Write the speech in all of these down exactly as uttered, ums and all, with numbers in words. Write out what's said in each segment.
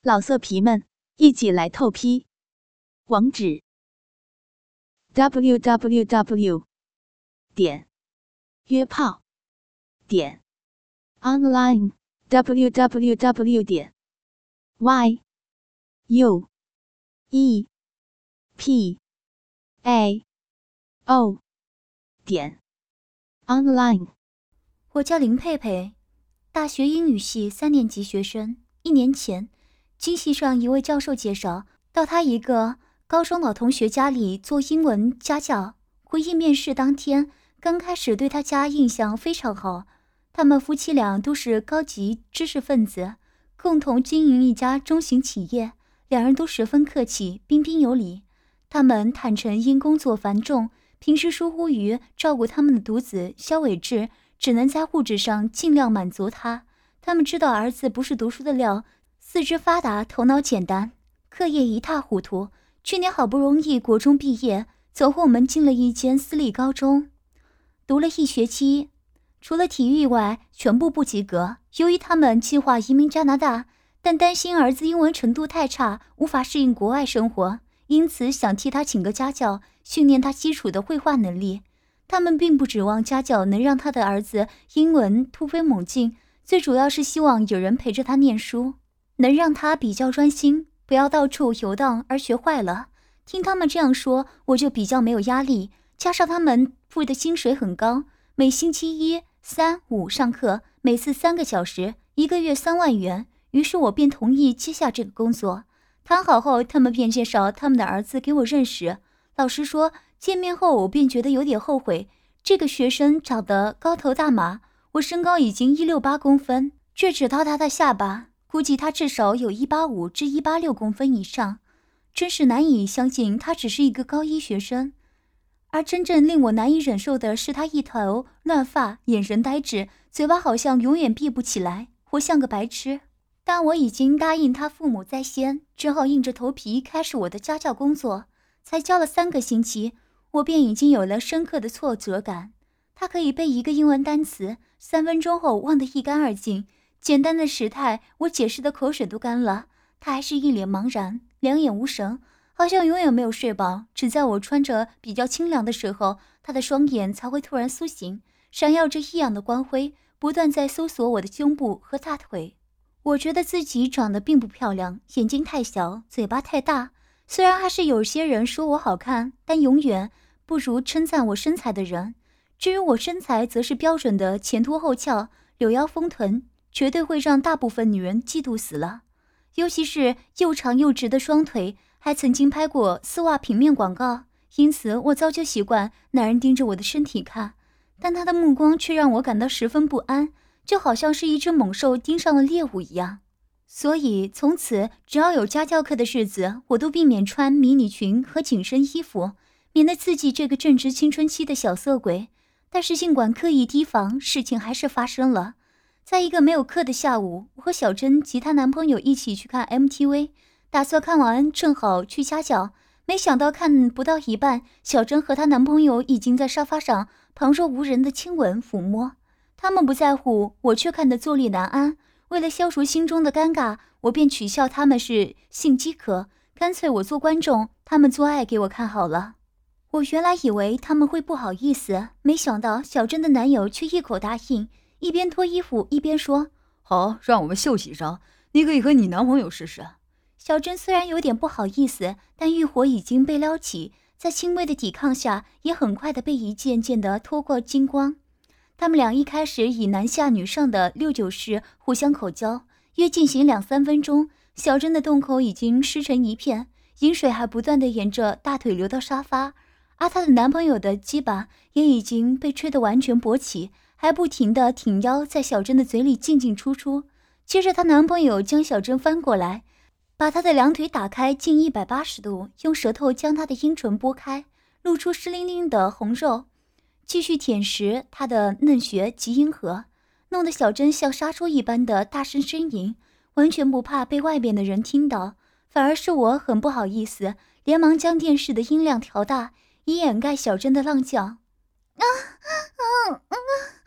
老色皮们，一起来透批！网址 ：double u double u double u 点约炮点 online double u double u double u 点 y u e p a o 点 online。 我叫林佩佩，大学英语系三年级学生。一年前，经系上一位教授介绍到他一个高中老同学家里做英文家教。回忆面试当天，刚开始对他家印象非常好。他们夫妻俩都是高级知识分子，共同经营一家中型企业，两人都十分客气，彬彬有礼。他们坦诚因工作繁重，平时疏忽于照顾他们的独子肖伟志，只能在物质上尽量满足他。他们知道儿子不是读书的料，四肢发达，头脑简单，课业一塌糊涂。去年好不容易国中毕业，走后门进了一间私立高中，读了一学期，除了体育外全部不及格。由于他们计划移民加拿大，但担心儿子英文程度太差，无法适应国外生活，因此想替他请个家教，训练他基础的绘画能力。他们并不指望家教能让他的儿子英文突飞猛进，最主要是希望有人陪着他念书，能让他比较专心，不要到处游荡而学坏了。听他们这样说，我就比较没有压力，加上他们付的薪水很高，每星期一、三、五上课，每次三个小时，一个月三万元。于是我便同意接下这个工作。谈好后，他们便介绍他们的儿子给我认识。老实说，见面后我便觉得有点后悔。这个学生长得高头大马，我身高已经一百六十八公分，却只到他的下巴，估计他至少有一百八十五至一百八十六公分以上。真是难以相信他只是一个高一学生。而真正令我难以忍受的是他一头乱发，眼神呆滞，嘴巴好像永远闭不起来，活像个白痴。但我已经答应他父母在先，只好硬着头皮开始我的家教工作。才教了三个星期，我便已经有了深刻的挫折感。他可以背一个英文单词，三分钟后忘得一干二净。简单的时态，我解释的口水都干了，他还是一脸茫然，两眼无神，好像永远没有睡饱。只在我穿着比较清凉的时候，他的双眼才会突然苏醒，闪耀着异样的光辉，不断在搜索我的胸部和大腿。我觉得自己长得并不漂亮，眼睛太小，嘴巴太大。虽然还是有些人说我好看，但永远不如称赞我身材的人。至于我身材，则是标准的前凸后翘，柳腰丰臀，绝对会让大部分女人嫉妒死了。尤其是又长又直的双腿，还曾经拍过丝袜平面广告，因此我早就习惯男人盯着我的身体看，但他的目光却让我感到十分不安，就好像是一只猛兽盯上了猎物一样。所以从此只要有家教课的日子，我都避免穿迷你裙和紧身衣服，免得刺激这个正值青春期的小色鬼。但是尽管刻意提防，事情还是发生了。在一个没有课的下午，我和小珍及她男朋友一起去看 M T V， 打算看完正好去家教，没想到看不到一半，小珍和她男朋友已经在沙发上旁若无人的亲吻抚摸。他们不在乎，我却看得坐立难安。为了消除心中的尴尬，我便取笑他们是性饥渴，干脆我做观众，他们做爱给我看好了。我原来以为他们会不好意思，没想到小珍的男友却一口答应，一边脱衣服一边说：“ 好，让我们秀几招，你可以和你男朋友试试。” 小珍虽然有点不好意思，但欲火已经被撩起，在轻微的抵抗下，也很快的被一件件的脱过精光。他们俩一开始以男下女上的六九式互相口交，约进行两三分钟，小珍的洞口已经湿成一片，饮水还不断地沿着大腿流到沙发，而她的男朋友的鸡巴也已经被吹得完全勃起，还不停地挺腰在小珍的嘴里进进出出。接着她男朋友将小珍翻过来，把她的两腿打开近一百八十度，用舌头将她的阴唇拨开，露出湿淋淋的红肉，继续舔食她的嫩穴及阴核，弄得小珍像杀猪一般的大声呻吟，完全不怕被外边的人听到。反而是我很不好意思，连忙将电视的音量调大，以掩盖小珍的浪叫。啊啊啊啊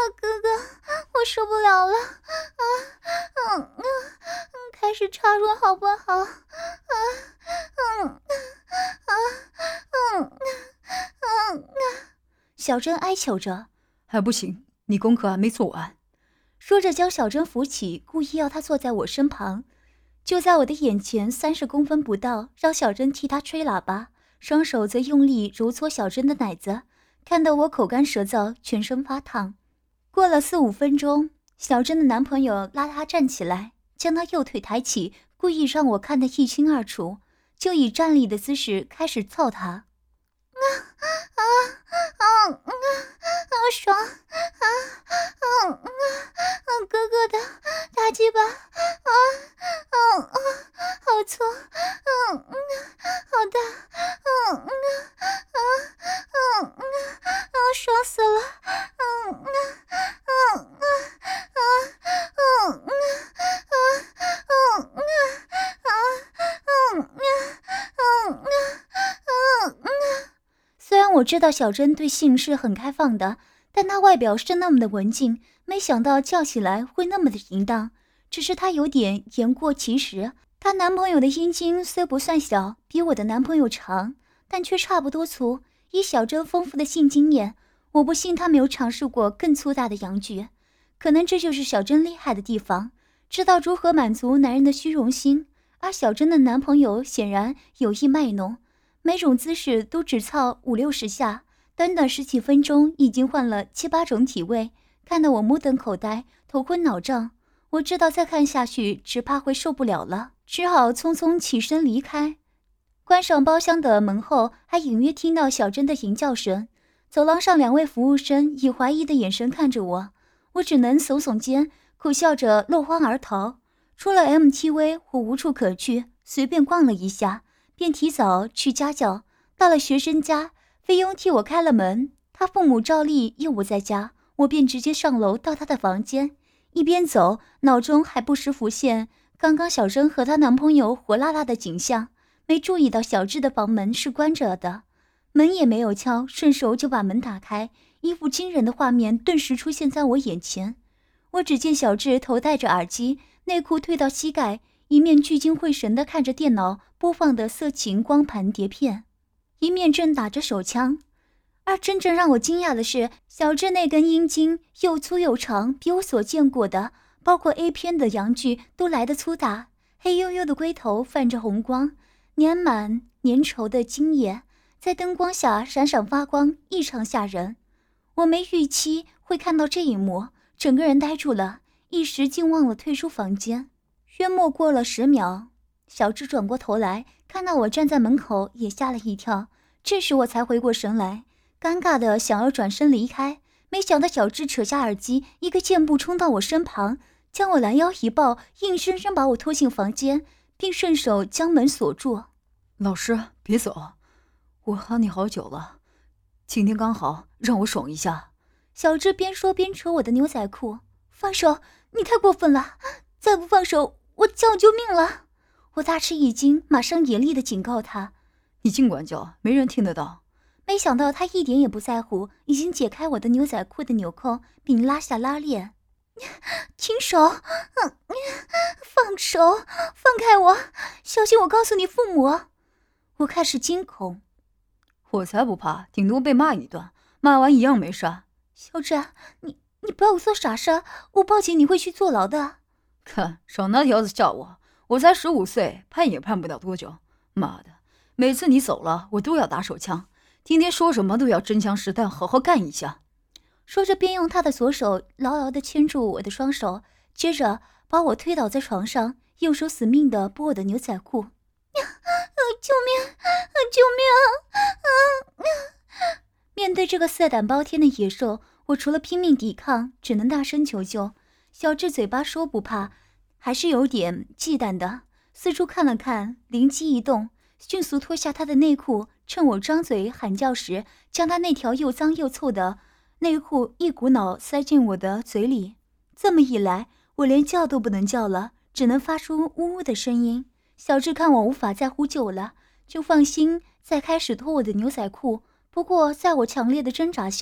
哥哥，我受不了了，啊，嗯嗯嗯，开始插入好不好？啊，嗯啊嗯嗯嗯，小珍哀求着。 还不行，你功课还没做完。 说着将小珍扶起，故意要她坐在我身旁，就在我的眼前三十公分不到，让小珍替他吹喇叭，双手则用力揉搓小珍的奶子，看得我口干舌燥，全身发烫。过了四五分钟，小珍的男朋友拉她站起来，将她右腿抬起，故意让我看得一清二楚，就以站立的姿势开始操她。啊啊啊啊啊！爽！啊啊啊啊！哥哥的大鸡巴！啊啊啊！好粗！嗯嗯，好大！嗯嗯啊啊啊啊！爽死了！嗯嗯嗯嗯啊嗯嗯啊嗯嗯啊嗯嗯嗯嗯嗯。虽然我知道小珍对性是很开放的，但她外表是那么的文静，没想到叫起来会那么的淫荡。只是她有点言过其实，她男朋友的阴茎虽不算小，比我的男朋友长，但却差不多粗。以小珍丰富的性经验，我不信她没有尝试过更粗大的阳具。可能这就是小珍厉害的地方，知道如何满足男人的虚荣心。而小珍的男朋友显然有意卖弄，每种姿势都只操五六十下，短短十几分钟已经换了七八种体位，看得我目瞪口呆，头昏脑胀。我知道再看下去只怕会受不了了，只好匆匆起身离开。关上包厢的门后，还隐约听到小珍的淫叫声。走廊上两位服务生以怀疑的眼神看着我，我只能耸耸肩，苦笑着落荒而逃。出了 M T V， 我无处可去，随便逛了一下，便提早去家教。到了学生家，菲佣替我开了门，他父母照例又不在家，我便直接上楼到他的房间。一边走，脑中还不时浮现刚刚小珍和她男朋友火辣辣的景象，没注意到小智的房门是关着的，门也没有敲，顺手就把门打开，一副惊人的画面顿时出现在我眼前。我只见小智头戴着耳机，内裤退到膝盖，一面聚精会神地看着电脑播放的色情光盘碟片，一面正打着手枪。而真正让我惊讶的是，小智那根阴茎又粗又长，比我所见过的包括 A 片的阳具都来得粗大，黑黝黝的龟头泛着红光，粘满粘稠的精液在灯光下闪闪发光，异常吓人。我没预期会看到这一幕，整个人呆住了，一时竟忘了退出房间。约莫过了十秒，小智转过头来，看到我站在门口，也吓了一跳。这时我才回过神来，尴尬的想要转身离开，没想到小智扯下耳机，一个箭步冲到我身旁，将我拦腰一抱，硬生生把我拖进房间，并顺手将门锁住。 老师，别走，我喊你好久了，今天刚好让我爽一下。 小智边说边扯我的牛仔裤。放手，你太过分了，再不放手我叫救命了。我大吃一惊，马上严厉地警告他。 你尽管叫，没人听得到。 没想到他一点也不在乎，已经解开我的牛仔裤的纽扣，并拉下拉链。停手！嗯，放手！放开我！小心我告诉你父母！我开始惊恐。 我才不怕，顶多被骂一顿，骂完一样没事。 小智，你你不要做傻事，我报警你会去坐牢的。 看，少拿条子吓我，我才十五岁，判也判不了多久。妈的，每次你走了，我都要打手枪。今天说什么都要真枪实弹，好好干一下。 说着便用他的左手牢牢地牵住我的双手，接着把我推倒在床上，右手死命地拨我的牛仔裤。啊啊、救命！啊、救命！啊啊、面对这个色胆包天的野兽，我除了拼命抵抗，只能大声求救。小智嘴巴说不怕，还是有点忌惮的，四处看了看，灵机一动，迅速脱下他的内裤，趁我张嘴喊叫时，将他那条又脏又臭的内裤一股脑塞进我的嘴里。这么一来，我连叫都不能叫了，只能发出呜呜的声音。小智看我无法再呼救了，就放心再开始脱我的牛仔裤。不过在我强烈的挣扎下，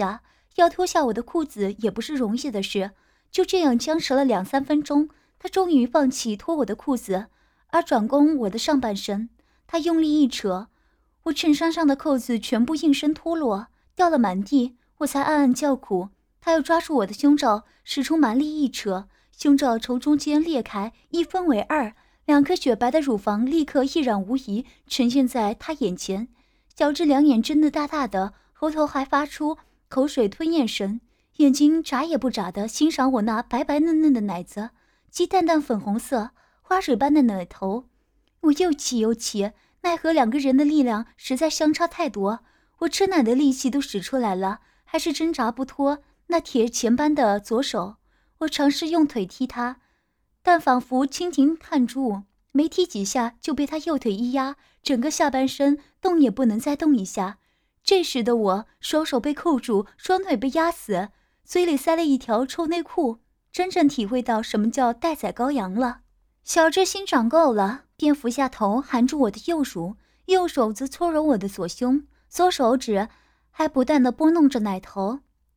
要脱下我的裤子也不是容易的事。就这样僵持了两三分钟，他终于放弃脱我的裤子，而转攻我的上半身。他用力一扯，我衬衫上的扣子全部应声脱落，掉了满地，我才暗暗叫苦。他又抓住我的胸罩，使出蛮力一扯，胸罩从中间裂开，一分为二，两颗雪白的乳房立刻一览无遗呈现在他眼前。小智两眼睁得大大的，喉头还发出口水吞咽声，眼睛眨也不眨地欣赏我那白白嫩嫩的奶子，及淡淡粉红色花水般的奶头。我又气又气，奈何两个人的力量实在相差太多，我吃奶的力气都使出来了，还是挣扎不脱那铁钳般的左手。我尝试用腿踢他，但仿佛蜻蜓探珠，没踢几下就被他右腿一压，整个下半身动也不能再动一下。这时的我双手被扣住，双腿被压死，嘴里塞了一条臭内裤，真正体会到什么叫待宰羔羊了。小智心长够了，便俯下头含住我的右乳，右手则搓揉我的左胸，左手指还不断地拨弄着奶头。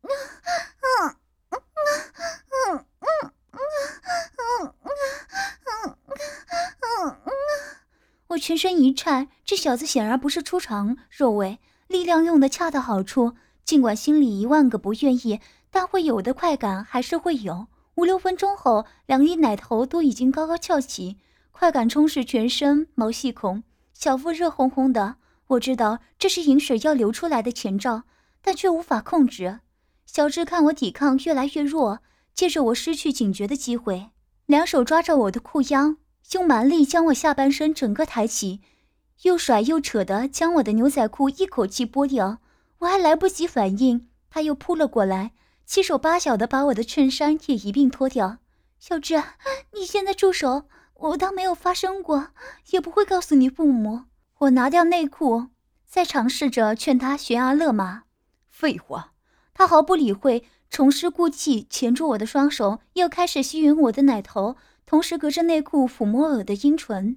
我全身一颤，这小子显然不是初尝肉味，力量用得恰到好处。尽管心里一万个不愿意，但会有的快感还是会有。五六分钟后，两粒奶头都已经高高翘起，快感充斥全身毛细孔，小腹热烘烘的。我知道这是饮水要流出来的前兆，但却无法控制。小智看我抵抗越来越弱，借着我失去警觉的机会，两手抓着我的裤腰，用蛮力将我下半身整个抬起，又甩又扯的将我的牛仔裤一口气剥掉。我还来不及反应，他又扑了过来，七手八脚的把我的衬衫也一并脱掉。小智，你现在住手，我当没有发生过，也不会告诉你父母。我拿掉内裤，再尝试着劝他悬崖勒马。 废话。 他毫不理会，重施故技，钳住我的双手，又开始吸吮我的奶头，同时隔着内裤抚摸我的阴唇。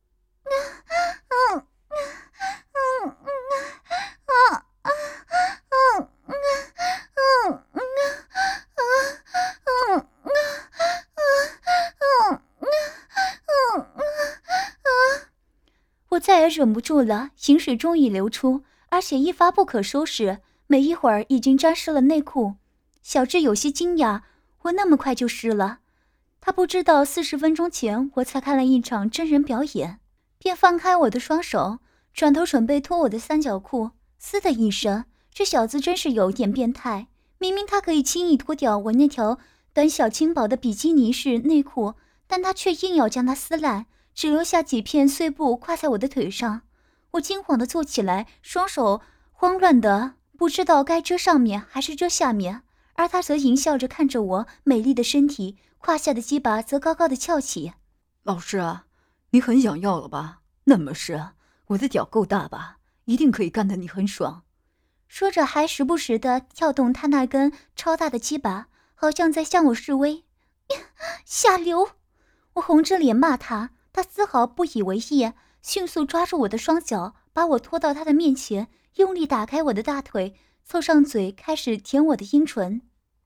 我再也忍不住了，饮水终于流出，而且一发不可收拾，没一会儿已经沾湿了内裤。小智有些惊讶，我那么快就湿了。他不知道四十分钟前我才看了一场真人表演，便放开我的双手，转头准备脱我的三角裤。嘶的一声，这小子真是有点变态，明明他可以轻易脱掉我那条短小轻薄的比基尼式内裤，但他却硬要将它撕烂，只留下几片碎布挂在我的腿上。我惊慌地坐起来，双手慌乱的不知道该遮上面还是遮下面，而他则淫笑着看着我美丽的身体，胯下的鸡巴则高高的翘起。 老师啊，你很想要了吧？那么是，我的屌够大吧？一定可以干得你很爽。 说着还时不时地跳动他那根超大的鸡巴，好像在向我示威。下流！我红着脸骂他，他丝毫不以为意，迅速抓住我的双脚，把我拖到他的面前，用力打开我的大腿，凑上嘴开始舔我的阴唇。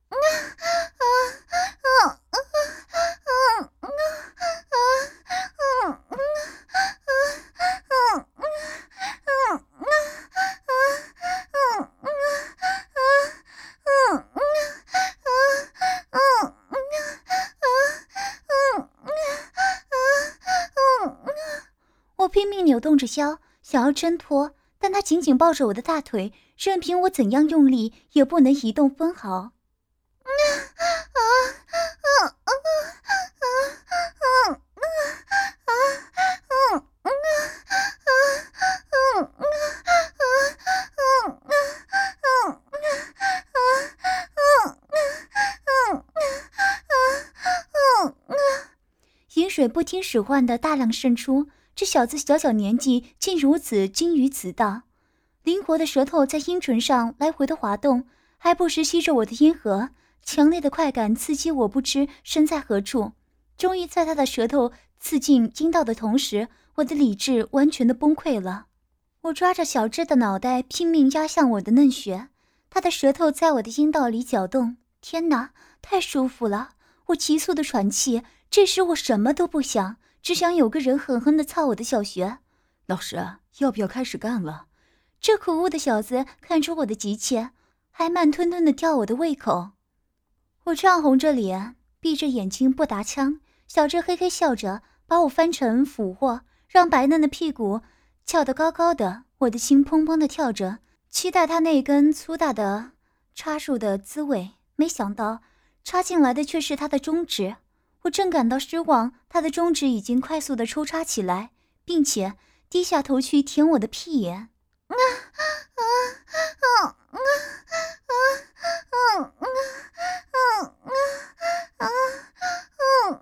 我拼命扭动着腰，想要挣脱，但他紧紧抱着我的大腿，任凭我怎样用力，也不能移动分毫。饮水不听使唤的大量渗出，这小子小小年纪竟如此精于此道，灵活的舌头在阴唇上来回的滑动，还不时吸着我的阴核，强烈的快感刺激我不知身在何处。终于在他的舌头刺进阴道的同时，我的理智完全的崩溃了。我抓着小智的脑袋拼命压向我的嫩穴， 他的舌头在我的阴道里搅动，天哪，太舒服了！我急促的喘气，这时我什么都不想，只想有个人狠狠地操我的小穴。 老师，要不要开始干了？ 这可恶的小子看出我的急切，还慢吞吞地吊我的胃口。我涨红着脸，闭着眼睛不答腔。小智嘿嘿笑着，把我翻成俯卧，让白嫩的屁股翘得高高的。我的心砰砰地跳着，期待他那根粗大的插入的滋味。没想到插进来的却是他的中指。我正感到失望，他的中指已经快速地抽插起来，并且低下头去舔我的屁眼。啊啊啊啊啊啊啊啊啊啊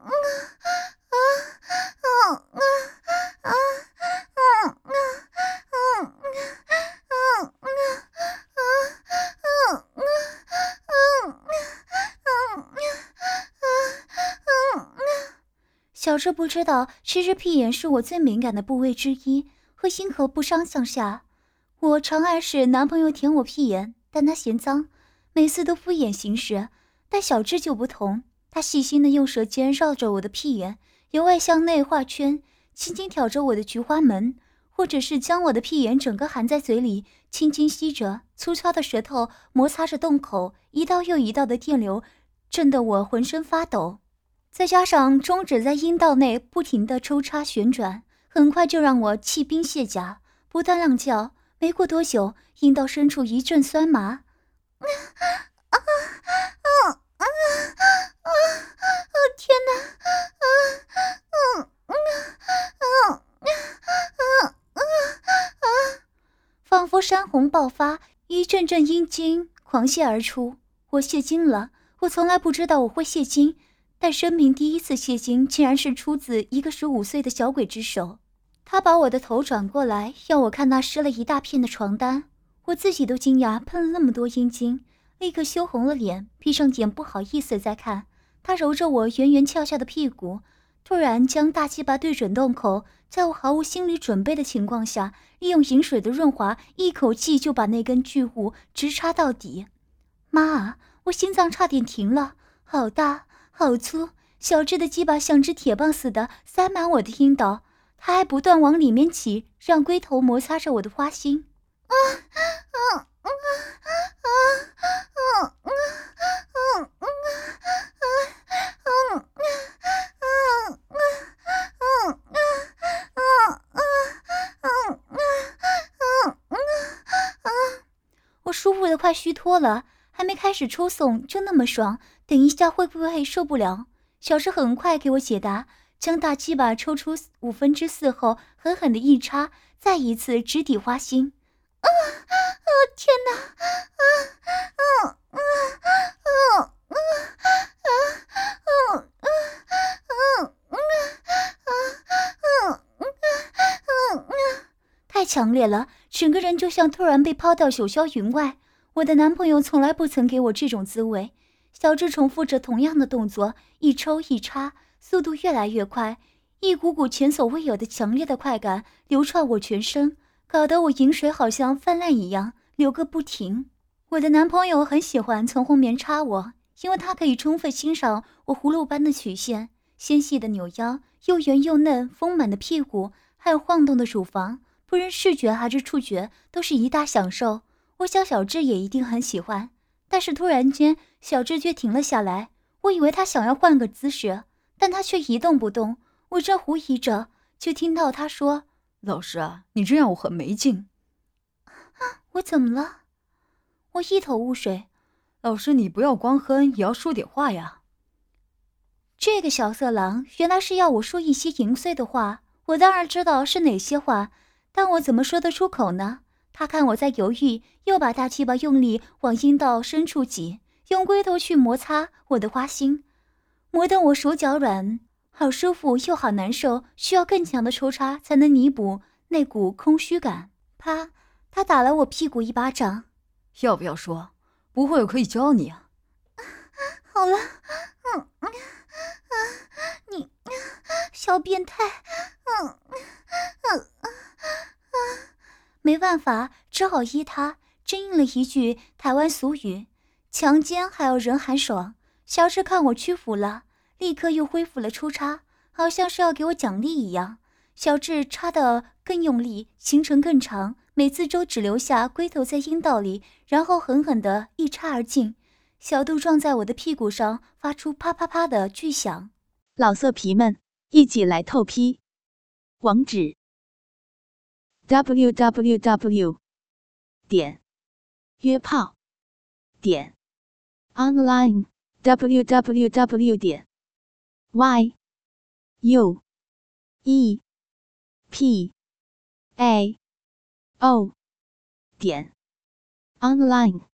小智不知道，其实屁眼是我最敏感的部位之一，和阴核不相上下。我常爱使男朋友舔我屁眼，但他嫌脏，每次都敷衍行事。但小智就不同，他细心地用舌尖绕着我的屁眼，由外向内画圈，轻轻挑着我的菊花门，或者是将我的屁眼整个含在嘴里，轻轻吸着，粗糙的舌头摩擦着洞口，一道又一道的电流震得我浑身发抖。再加上中指在阴道内不停地抽插旋转，很快就让我气冰泄甲，不断浪叫。没过多久，阴道深处一阵酸麻，啊啊啊啊啊啊！天哪！啊啊啊啊啊啊啊！仿佛山洪爆发，一阵阵阴茎狂泻而出。我泄精了，我从来不知道我会泄精。但生平第一次泄精，竟然是出自一个十五岁的小鬼之手。他把我的头转过来，要我看那湿了一大片的床单。我自己都惊讶，喷了那么多阴茎，立刻羞红了脸，闭上眼不好意思再看。他揉着我圆圆翘翘的屁股，突然将大鸡巴对准洞口，在我毫无心理准备的情况下，利用饮水的润滑，一口气就把那根巨物直插到底。妈啊！我心脏差点停了，好大好粗，小智的鸡巴像只铁棒似的塞满我的阴道，他还不断往里面挤，让龟头摩擦着我的花心。啊啊啊啊啊啊啊啊啊！我舒服的快虚脱了，还没开始抽送就那么爽，等一下会不会受不了？小智很快给我解答，将大鸡巴抽出五分之四后，狠狠的一插，再一次直抵花心。啊啊！天哪！啊啊啊啊啊啊啊啊啊啊！太强烈了，整个人就像突然被抛到九霄云外。我的男朋友从来不曾给我这种滋味。小智重复着同样的动作，一抽一插，速度越来越快，一股股前所未有的强烈的快感流窜我全身，搞得我饮水好像泛滥一样流个不停。我的男朋友很喜欢从后面插我，因为他可以充分欣赏我葫芦般的曲线，纤细的扭腰，又圆又嫩丰满的屁股，还有晃动的乳房，不论视觉还是触觉都是一大享受。我想小智也一定很喜欢。但是突然间，小智却停了下来。我以为他想要换个姿势，但他却一动不动。我正狐疑着，就听到他说：“ 老师啊，你这样我很没劲。” 我怎么了？我一头雾水。 老师，你不要光哼，也要说点话呀。 这个小色狼原来是要我说一些淫碎的话。我当然知道是哪些话，但我怎么说得出口呢？他看我在犹豫，又把大鸡巴用力往阴道深处挤，用龟头去摩擦我的花心，磨得我手脚软，好舒服又好难受，需要更强的抽插才能弥补那股空虚感。啪！他打了我屁股一巴掌。 要不要说？不会我可以教你啊。 好了，嗯嗯啊，你小变态，嗯嗯嗯啊。没办法，只好依他， 真应了一句台湾俗语：强奸还要人寒爽。小智看我屈服了，立刻又恢复了出插，好像是要给我奖励一样。小智插得更用力，行程更长，每次都只留下龟头在阴道里，然后狠狠地一插而尽。小肚撞在我的屁股上，发出啪啪啪的巨响。 老色皮们，一起来透批！网址 ：double u double u double u 点约炮点 online w w w 点 y u e p a o 点 online。